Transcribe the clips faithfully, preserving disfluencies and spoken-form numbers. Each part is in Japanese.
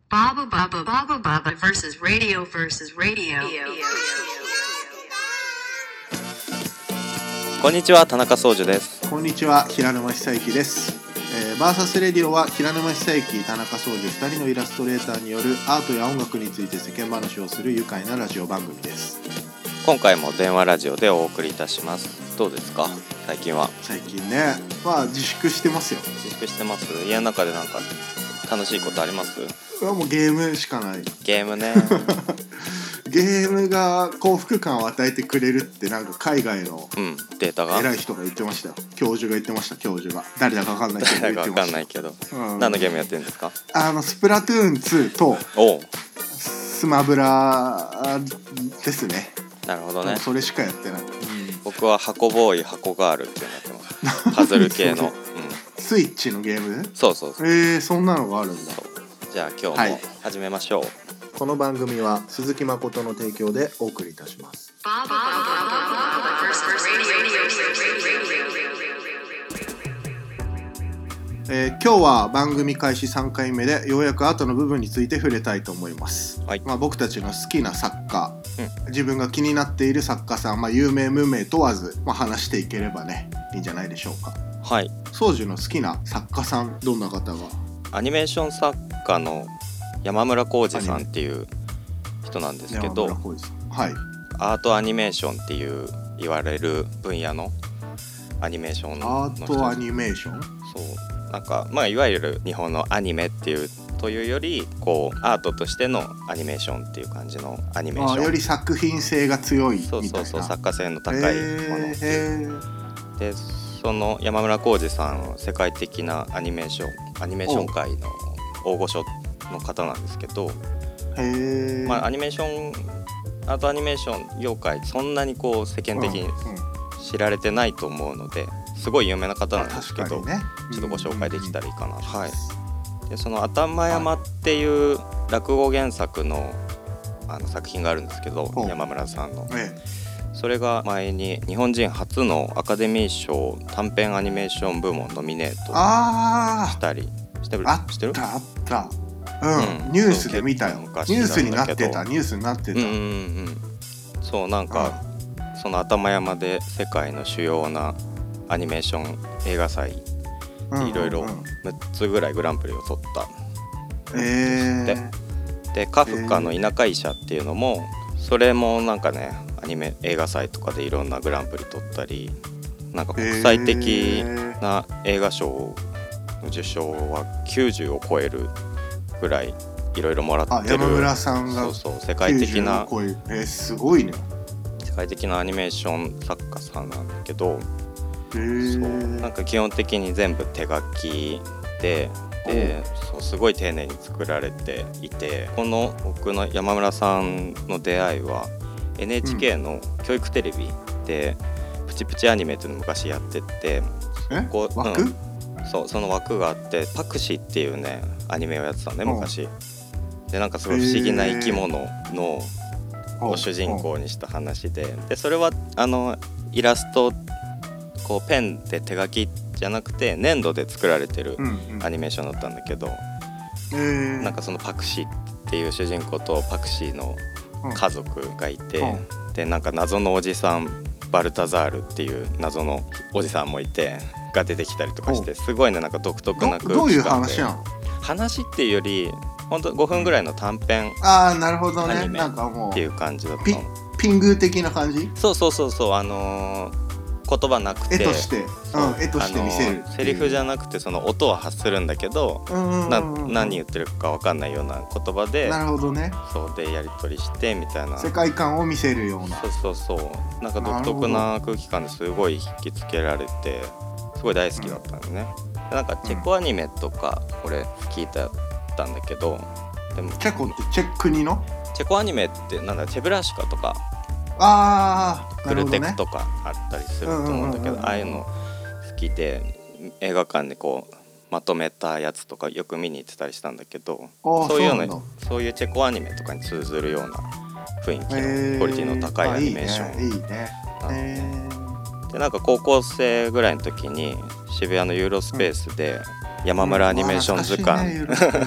Baba Baba Baba Baba versus Radio versus Radio。 こんにちは、田中総司です。 こんにちは、平沼久之です。えー、バーサスレディオは平沼久之、田中総司ふたりのイラストレーターによるアートや音楽について世間話をする愉快なラジオ番組です。 今回も電話ラジオでお送りいたします。どうですか、最近は。 最近ね、まあ自粛してますよ。 自粛してます。家の中でなんか楽しいことあります？ もうゲームしかない。 ゲームねゲームが幸福感を与えてくれるってなんか海外のデータが偉い人が言ってましたよ。教授が言ってました。教授が誰だか分かんないけど誰だか分かんないけど、うん、何のゲームやってるんですか？ あのスプラトゥーンツーとスマブラですね。 なるほどね。 それしかやってない、うん、 僕は箱ボーイ箱ガールっていうのやってますパズル系の、うん、 スイッチのゲーム。 そうそうそう。 えー、そんなのがあるんだ。 じゃあ今日も始めましょう、はい。 この番組は鈴木誠の提供でお送りいたします。えー、今日は番組開始さんかいめでようやく後の部分について触れたいと思います、はい。まあ、僕たちの好きな作家、うん、自分が気になっている作家さん、まあ、有名無名問わず、まあ、話していければね、いいんじゃないでしょうか。 はい。 宗司の好きな作家さん、どんな方が？ アニメーション作家の山村浩二さんっていう人なんですけど、 はい、 アートアニメーションっていう言われる分野のアニメーションのアートアニメーション。 そうなんか、まあ、いわゆる日本のアニメっていうというよりこうアートとしてのアニメーションっていう感じのアニメーション。 あ、より作品性が強いみたいな。 そうそうそう、作家性の高いものっていう。でその山村浩二さん、世界的なアニメーションアニメーション界の大御所の方なんですけど、 へ、 まあ、アニメーションアートアニメーション業界そんなにこう世間的に知られてないと思うので、すごい有名な方なんですけど、ね、ちょっとご紹介できたらいいかな、うんうん、はい。でその頭山っていう落語原作 の, あの作品があるんですけど、山村さんの、ええ、それが前に日本人初のアカデミー賞短編アニメーション部門ノミネートしたりしてる。 あったあった、うん、うん、ニュースで見たよ。ニュースになってたニュースになってた、うんうんうん、 そうなんか、うん、その頭山で世界の主要なアニメーション映画祭でいろいろむっつぐらいグランプリを取ったんですって、えー、でカフカの田舎医者っていうのもそれもなんかねアニメ映画祭とかでいろんなグランプリ取ったり、なんか国際的な映画賞の受賞はきゅうじゅうを超えるぐらいいろいろもらってる。あ、 山村さんがそうそう世界的なきゅうじゅうを超える、えー、すごいね。 世界的なアニメーション作家さんなんだけど、そうなんか基本的に全部手書きで、でそうすごい丁寧に作られていて、この僕の山村さんの出会いは エヌエイチケー の教育テレビでプチプチアニメっていうの昔やってて、 えこう枠、うん、 そうその枠があってパクシーっていうねアニメをやってたね昔で、なんかすごい不思議な生き物のを主人公にした話で、でそれはあのイラストこうペンで手書きじゃなくて粘土で作られてるアニメーションだったんだけど、うんうん、なんかそのパクシーっていう主人公とパクシーの家族がいて、うん、でなんか謎のおじさんバルタザールっていう謎のおじさんもいてが出てきたりとかして、すごいねなんか独特な空気感で。 どういう話なの？ 話っていうより本当ごふんぐらいの短編アニメっていう感じだったの。 ピ, ピング的な感じ？ そうそうそうそう、あのー言葉なくて絵として、うん、絵として見せる。 セリフじゃなくてその音は発するんだけど、うんうん、な何言ってるか分かんないような言葉で、 なるほどね、 そうでやり取りしてみたいな世界観を見せるような。 そうそうそう、なんか独特な空気感ですごい引きつけられてすごい大好きだったんですね、うん、なんかチェコアニメとか俺聞いてたんだけど、 でもチェコってチェ国のチェコアニメってなんだチェブラシカとかあクルテクとかあったりすると思うんだけど、ああいうの好きで映画館でこうまとめたやつとかよく見に行ってたりしたんだけど、そういうのそういうチェコアニメとかに通ずるような雰囲気のクオリティの高いアニメーション、 いいね、いいね。 でなんか高校生ぐらいの時に渋谷のユーロスペースで山村アニメーション図鑑、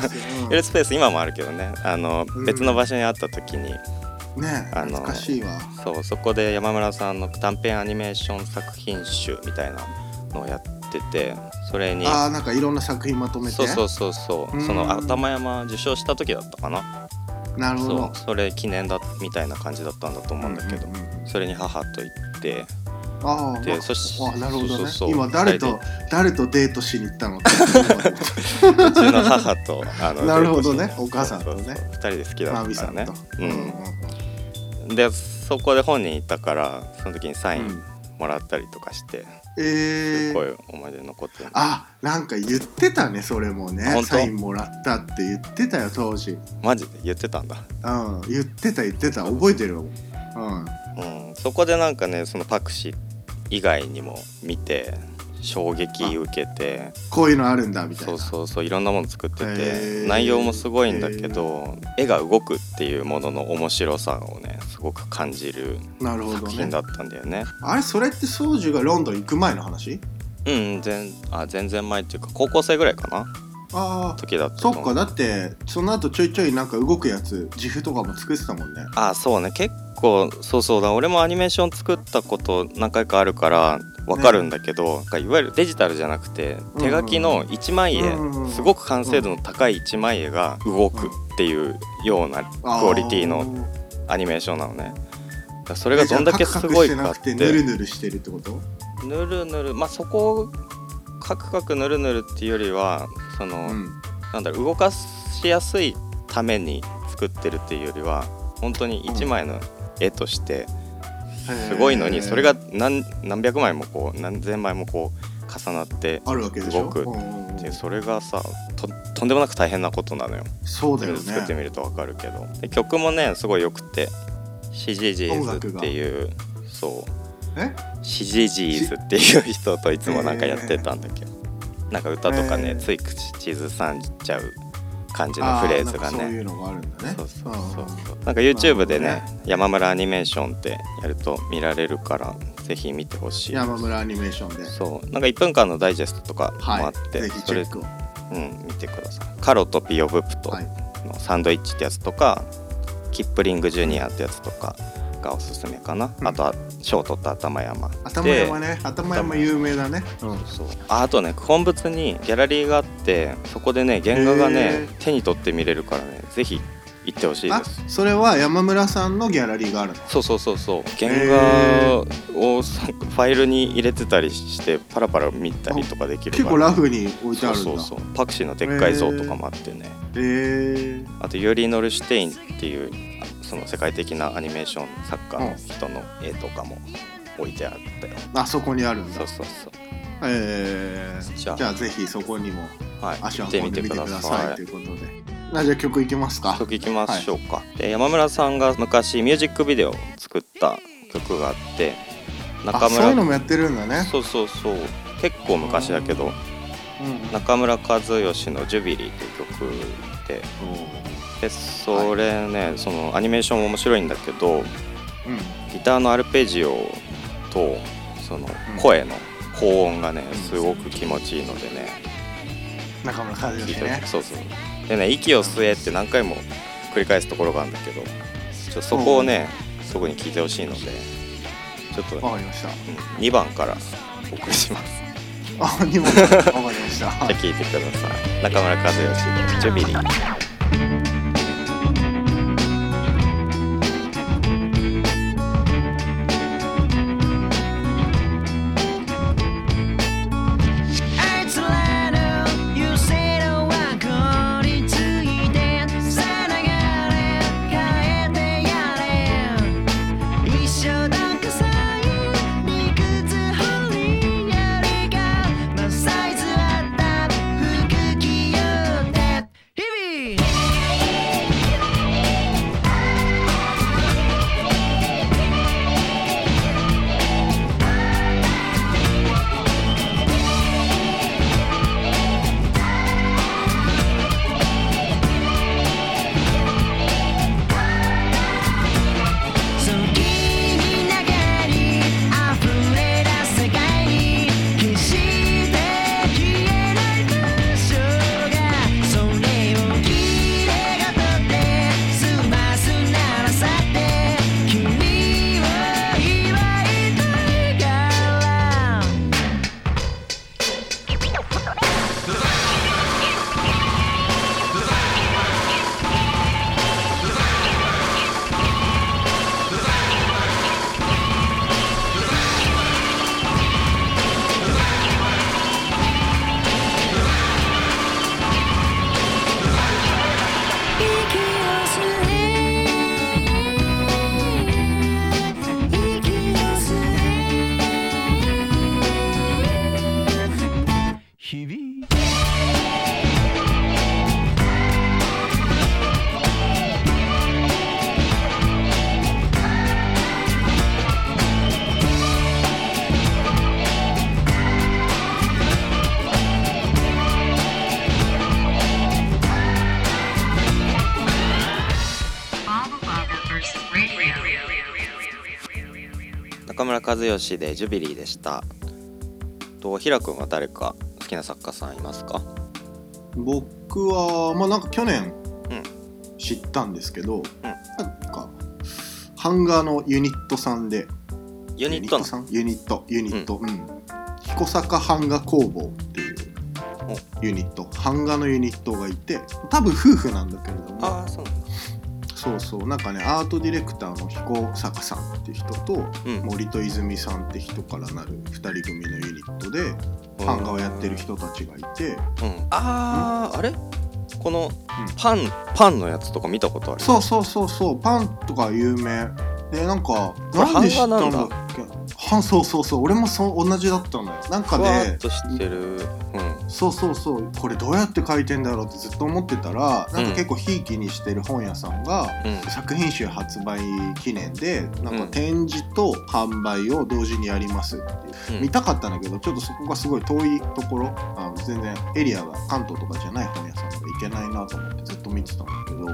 夜スペース今もあるけどね、あの、うん、別の場所にあった時にね、あの懐かしいわ。 そうそこで山村さんの短編アニメーション作品集みたいなのをやってて、それにあなんかいろんな作品まとめて、 そうそうそうそう、その頭山受賞した時だったかな。 なるほど。 そうそれ記念だみたいな感じだったんだと思うんだけど、うんうんうん、それに母と行って、 あでそしあなるほどね。そうそうそう、 今誰と誰とデートしに行ったの？うちの母とあのなるほどね、お母さんとね、 ふたりで好きだったからね。 うんうんうん、でそこで本人行ったからその時にサインもらったりとかして、うん、えー、すごい思い出残ってる。 あ、なんか言ってたね、それもね。サインもらったって言ってたよ当時。 マジで言ってたんだ。 うん、言ってた言ってた、覚えてるよ。うん、 うん、そこでなんかね、そのパクシー以外にも見て衝撃受けて、 こういうのあるんだみたいな。 そうそうそう、いろんなもの作ってて、内容もすごいんだけど、絵が動くっていうものの面白さをねすごく感じる作品だったんだよね。 あれ、それって宗樹がロンドン行く前の話？ うん、全あ全然前っていうか高校生ぐらいかな。 あ時だった。 そっか、だってその後ちょいちょいなんか動くやつ自負とかも作ってたもんね。 あ、そうね、結構そうそうだ。俺もアニメーション作ったこと何回かあるから分かるんだけど、ね、いわゆるデジタルじゃなくて手書きのいちまい絵、うんうん、すごく完成度の高いいちまい絵が動くっていうようなクオリティのアニメーションなのね。だそれがどんだけすごいかって。 ぬるぬるしてるってこと？ ぬるぬる、まあそこをカクカクぬるぬるっていうよりはその、うん、なんだろう、動かしやすいために作ってるっていうよりは本当にいちまいの絵としてすごいのに、それが 何, 何百枚もこう何千枚もこう重なって動くっていう、それがさ と, とんでもなく大変なことなのよ。 そうだよね。 作ってみると分かるけど、で曲もねすごいよくて、シジジーズっていうそうえシジジーズっていう人といつもなんかやってたんだけど、なんか歌とかねつい口ずさんじゃう感じのフレーズがね、 そういうのがあるんだね。 そうそうそうそう、なんか YouTube でね、ね山村アニメーションってやると見られるからぜひ見てほしい。 山村アニメーションで、 そうなんかいっぷんかんのダイジェストとかもあって、 はい、ぜひチェックを、 うん、見てください。カロとピヨブプトのサンドイッチってやつとか、はい、キップリングジュニアってやつとかがおすすめかな、うん、あとはショートと頭山。 頭山ね、頭山有名だね。 うん、そう。あ, あとね、本物にギャラリーがあって、そこでね原画がね手に取って見れるからね、ぜひ行ってほしいです。 あ、それは山村さんのギャラリーがあるの？ そうそうそうそう、原画をファイルに入れてたりしてパラパラ見たりとかできるから、 結構ラフに置いてあるんだ。 そうそうそう、パクシーのでっかい像とかもあってね、 えー、 あとユリー・ノルシュテインっていうその世界的なアニメーション作家の人の絵とかも置いてあったよ。 あそこにあるんだ。 そうそうそう。 えー、じゃあ、じゃあぜひそこにも足を運んでみてくださいということで。あ、じゃあ曲いきますか。 曲いきましょうか。はい、で山村さんが昔ミュージックビデオを作った曲があって、 中村、あ、そういうのもやってるんだね。 そうそうそう、結構昔だけど、うん、中村和義のジュビリーっていう曲で、でそれね、はい、そのアニメーションも面白いんだけど、うん、ギターのアルペジオとその声の高音がね、うん、すごく気持ちいいのでね、 中村和義ね。 そうそうでね、息を吸えって何回も繰り返すところがあるんだけど、ちょっとそこをね、そこに聞いてほしいので、ちょっと、 わかりました、 うん、にばんからお送りします。 あ、にばんからわかりました。じゃあ聞いてください。中村和義のジュビリー。 日々 中村和義でジュビリーでした。とひらくんは誰か好きな作家さんいますか？ 僕はまあなんか去年うん知ったんですけど、 うんなんか版画のユニットさんでユニットのさんユニットユニット、うん、うん、彦坂版画工房っていうユニット、版画のユニットがいて、多分夫婦なんだけれども、 ああそうなんだ。 そうそうなんかねアートディレクターの彦坂さんっていう人と、 うん、 森戸泉さんって人からなるふたり組のユニットで版画をやってる人たちがいて、 うん、ああ、うん、あれこのパン、うん、パンのやつとか見たことある。 そうそうそうそうパンとか有名で、なんかなんで知ったんだっけ。はんそうそうそう俺もそう同じだったのよ。なんかねふわっとしてる、うん、 そうそうそうこれどうやって書いてんだろうってずっと思ってたら、なんか結構ひいきにしてる本屋さんが、うん、作品集発売記念でなんか展示と販売を同時にやりますっていう、うん、見たかったんだけどちょっとそこがすごい遠いところ、あの全然エリアが関東とかじゃない本屋さんが行けないなと思ってずっと見てたんだけど、うん、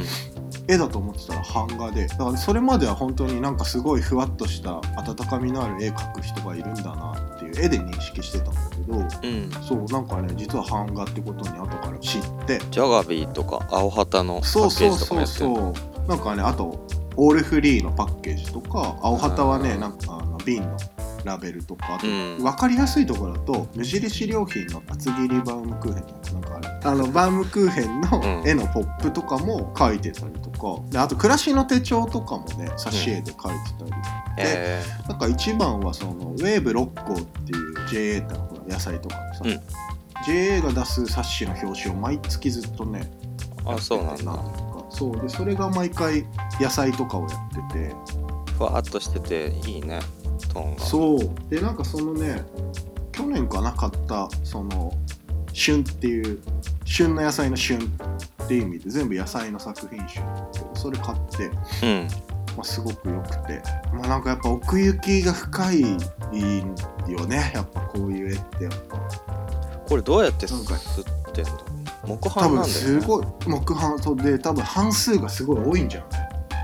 絵だと思ってたら版画で、だからそれまでは本当になんかすごいふわっとした温かみのある絵描く人がいるんだなっていう絵で認識してたんだけど、うん、そうなんかね実は版画ってことに後から知って、 ジャガビーとか青旗のパッケージとかもやってる。そうそうそうそうなんかねあとオールフリーのパッケージとか青旗はねなんかあの瓶のラベルとか、あと分かりやすいところだと無印良品の厚切りバウムクーヘンなんかあれあのバウムクーヘンの絵のポップとかも描いてたりとか、であと暮らしの手帳とかもね挿絵で描いてたり、うんで、えー、なんか一番はそのウェーブ六甲っていう ジェーエー ってほら野菜とかさ、うん、ジェーエー が出す冊子の表紙を毎月ずっとねあそうなんだ。 そうでそれが毎回野菜とかをやっててふわっとしてていいねトーンが。 そうでなんかそのね去年かな買ったその旬っていう旬の野菜の旬っていう意味で全部野菜の作品集なんだけどそれ買って、うんまあ、すごく良くて、まあ、なんかやっぱ奥行きが深いよねやっぱこういう絵ってやっぱこれどうやって吸ってんの？木版なんだよね。多分すごい木版そうで多分半数がすごい多いんじゃない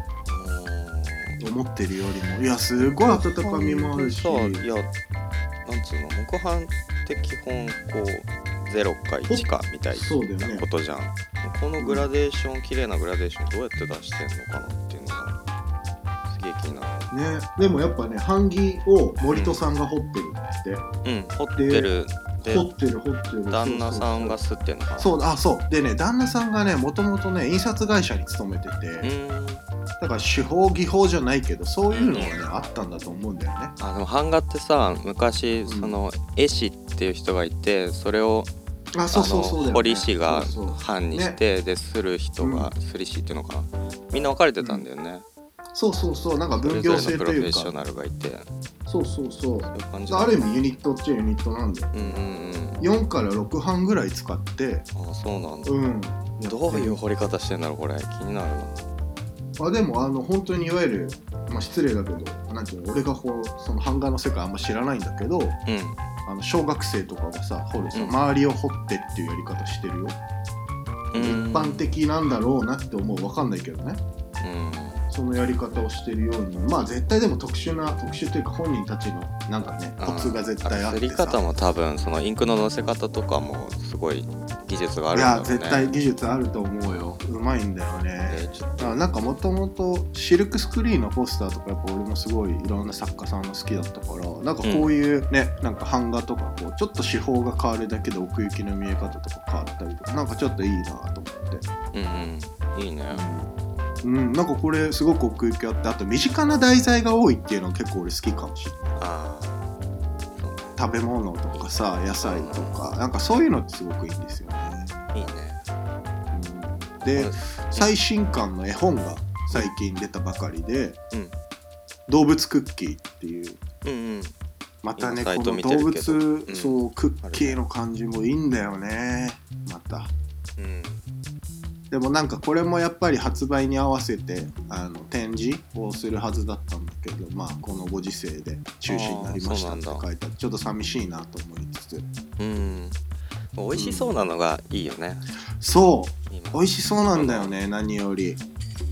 思ってるよりもいやすごい温かみもあるし、いやなんつうの木版って基本こうゼロかいちかみたいなことじゃん、ね、このグラデーション、うん、綺麗なグラデーションどうやって出してんのかなっていうのがすげえ気になるね。でもやっぱね版木を森戸さんが彫ってるってうん、うん、彫ってるで彫ってる彫ってる旦那さんが吸ってんのかな。 そうあそうでね旦那さんがねもともとね印刷会社に勤めてて、うんだから手法技法じゃないけどそういうのがね、うん、あったんだと思うんだよね。 あでも版画ってさ昔、うん、その絵師っていう人がいてそれをあそうそうそうだよね、 彫り師が版にして、ね、でする人がすり師っていうのかな、みんな分かれてたんだよね、 うん、そうそうそうなんか分業制というかそれぞれのプロフェッショナルがいてそうそうそうそういう感じある意味ユニットっちゃユニットなんだよ、うんうんうん、よんからろく版ぐらい使ってあそうなんだ、 うん、 どういう彫り方してんだろうこれ気になるな。 あでもあの本当にいわゆる、まあ、失礼だけどなんていうの俺がこうその版画の世界あんま知らないんだけど、うん、あの小学生とかがさ彫るさ、うん、周りを彫ってっていうやり方してるよ、うん、一般的なんだろうなって思う分かんないけどね、うん、そのやり方をしてるようにまあ絶対でも特殊な特殊というか本人たちのなんかねコツが絶対あってさ、 刷り方も多分そのインクの乗せ方とかもすごい技術があるんだろうね。 いや絶対技術あると思うよ。うまいんだよね、えー、ちょっとなんかもともとシルクスクリーンのポスターとかやっぱ俺もすごいいろんな作家さんが好きだったからなんかこういうね、うん、なんか版画とかこうちょっと手法が変わるだけで奥行きの見え方とか変わったりとかなんかちょっといいなと思ってうんうんいいね、 うんうん、なんかこれすごく奥行きあってあと身近な題材が多いっていうのが結構俺好きかもしれない。あ食べ物とかさ野菜とかなんかそういうのってすごくいいんですよね。 いいね、 うん、で、うん、最新刊の絵本が最近出たばかりで、うん、動物クッキーっていう、うんうん、またねこの動物、うん、そうクッキーの感じもいいんだよねまた、うん、でもなんかこれもやっぱり発売に合わせてあの展示をするはずだったんだけどまあこのご時世で中止になりましたって書いてあってちょっと寂しいなと思いつつうん美味しそうなのがいいよね、 うん、そう美味しそうなんだよね何より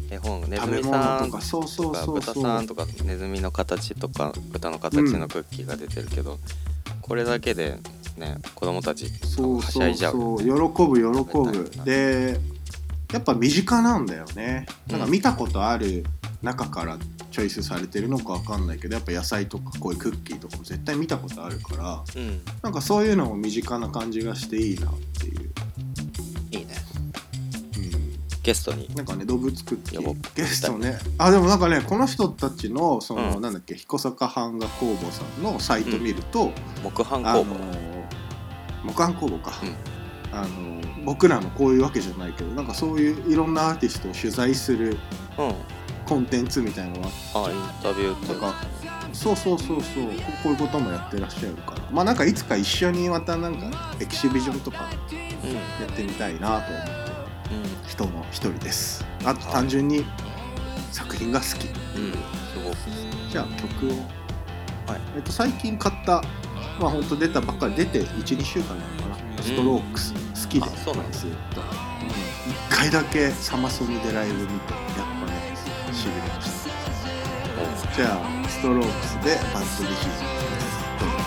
絵本ネズ食べミさん物とかそうそうとかそうそう豚さんとかネズミの形とか豚の形のクッキーが出てるけど、うん、これだけでね子供たちはしゃいじゃう。 そうそうそう喜ぶ喜ぶでやっぱ身近なんだよね。なんか見たことある中からチョイスされてるのかわかんないけどやっぱ野菜とかこういうクッキーとかも絶対見たことあるから、うん、なんかそういうのも身近な感じがしていいなっていう。 いいね、うん、ゲストになんかね動物クッキーゲストね。あでもなんかねこの人たちのその、うん、なんだっけ彦坂版画工房さんのサイト見ると、うん、 木版工房木版工房か、うん、あの僕らのこういうわけじゃないけどなんかそういういろんなアーティストを取材する、うんコンテンツみたいなのがあって、 あインタビューとかそうそうそうそうこういうこともやってらっしゃるからまあなんかいつか一緒にまたなんかエキシビジョンとかやってみたいなと思ってる人の一人です。あと単純に作品が好き、うん、すごくじゃあ曲を、はいえっと、最近買ったまあほんと出たばっかり出て いち,に 週間なのかな、ストロークス好きでそうなんですよ。 いっかいだけサマソニでライブ見てやっぱねしびれました。じゃあストロークスでバッドディシジョンです。どうぞ。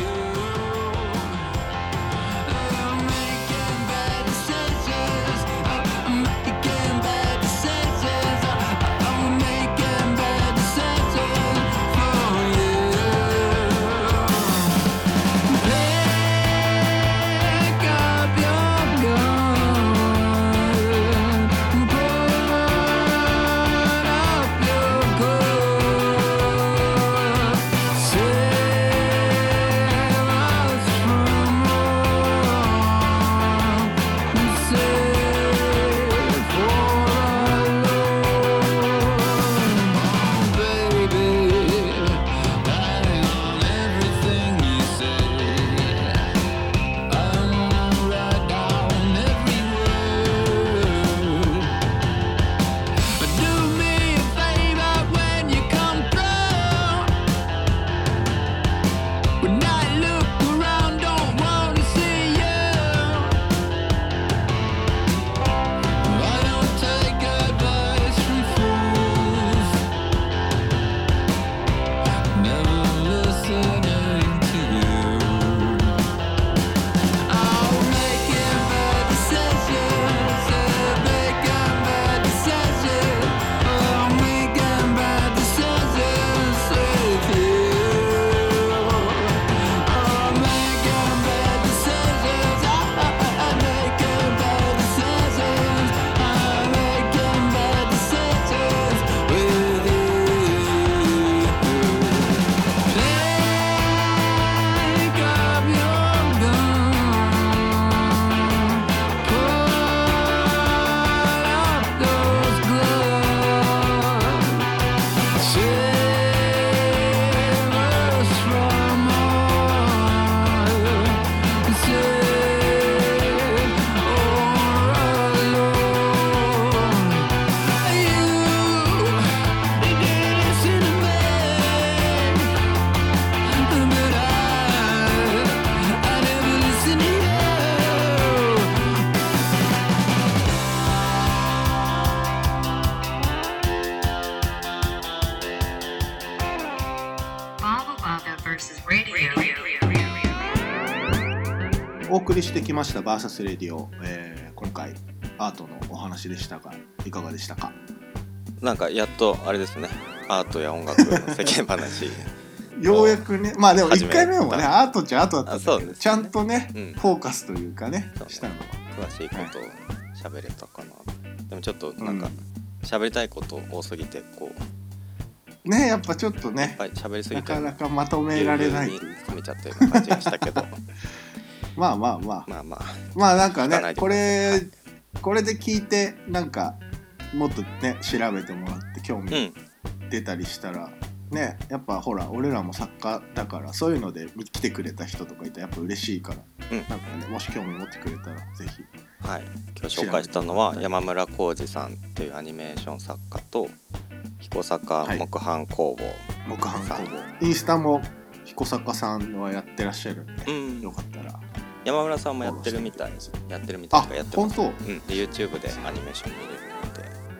お送りしてきましたバーサスレディオ、えー、今回アートのお話でしたがいかがでしたか。 なんかやっとあれですねアートや音楽の世間話ようやくねまあでもいっかいめもねアートっちゃアートだったんだけど、 ね、 ちゃんとね、うん、フォーカスというかねしたのは詳しいことを喋れたかな、はい、でもちょっとなんか喋、うん、りたいこと多すぎてこうねやっぱちょっとね喋りすぎてなかなかまとめられないというか詰めちゃったような感じがしたけどまあまあまあまあまあまあなんかねこれこれで聞いてなんかもっとね調べてもらって興味出たりしたら、うん、ねやっぱほら俺らも作家だからそういうので来てくれた人とかいたらやっぱ嬉しいから、うん、なんかねもし興味持ってくれたらぜひはい今日紹介したのは山村浩二さんっていうアニメーション作家と彦坂木版工房、 はい、木版工房インスタも彦坂さんはやってらっしゃるんで、うん、よかったら山村さんもやってるみたいやってるみたいとかやってます。 本当？ うん。で YouTube でアニメーション見れるので見て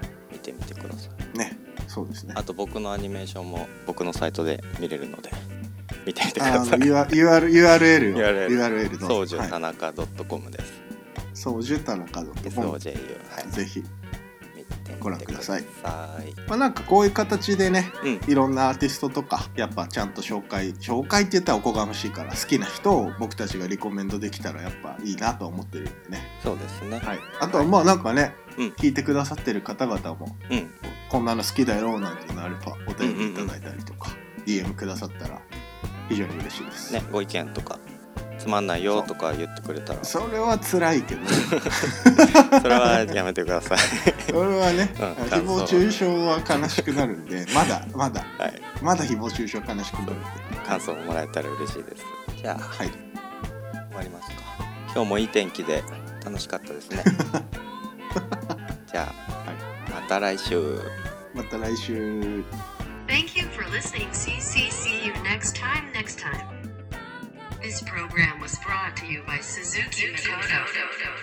てみてくださいね。そうですね。 あと僕のアニメーションも僕のサイトで見れるので見てみてください。 ユーアール ユーアールエル をユーアールエルユーアールエル のそうじゅ田中 .com です。 そうじゅ田中 .com エスオージェーユー、はい、 ぜひご覧ください。 はいまあ、なんかこういう形でね、 うん、 いろんなアーティストとかやっぱちゃんと紹介紹介って言ったらおこがましいから好きな人を僕たちがリコメンドできたらやっぱいいなと思ってるんでね。 そうですね、 はい、あとはまあなんかね、 うん、 聞いてくださってる方々も、 うん、 こんなの好きだよなんていうのあればお便りいただいたりとか、うんうんうん、ディーエム くださったら非常に嬉しいですね。ご意見とかつまんないよとか言ってくれたらそ, それは辛いけどそれはやめてくださいそれはね、うん、誹謗中傷は悲しくなるんでまだまだ、はい、まだ誹謗中傷悲しくなるんで感想もらえたら嬉しいです。じゃあ、 はい、 終わりますか。今日もいい天気で楽しかったですねじゃあ、はい、また来週また来週 Thank you for listening. See, see, see you next time, next time. This program was brought to you by Suzuki Makoto.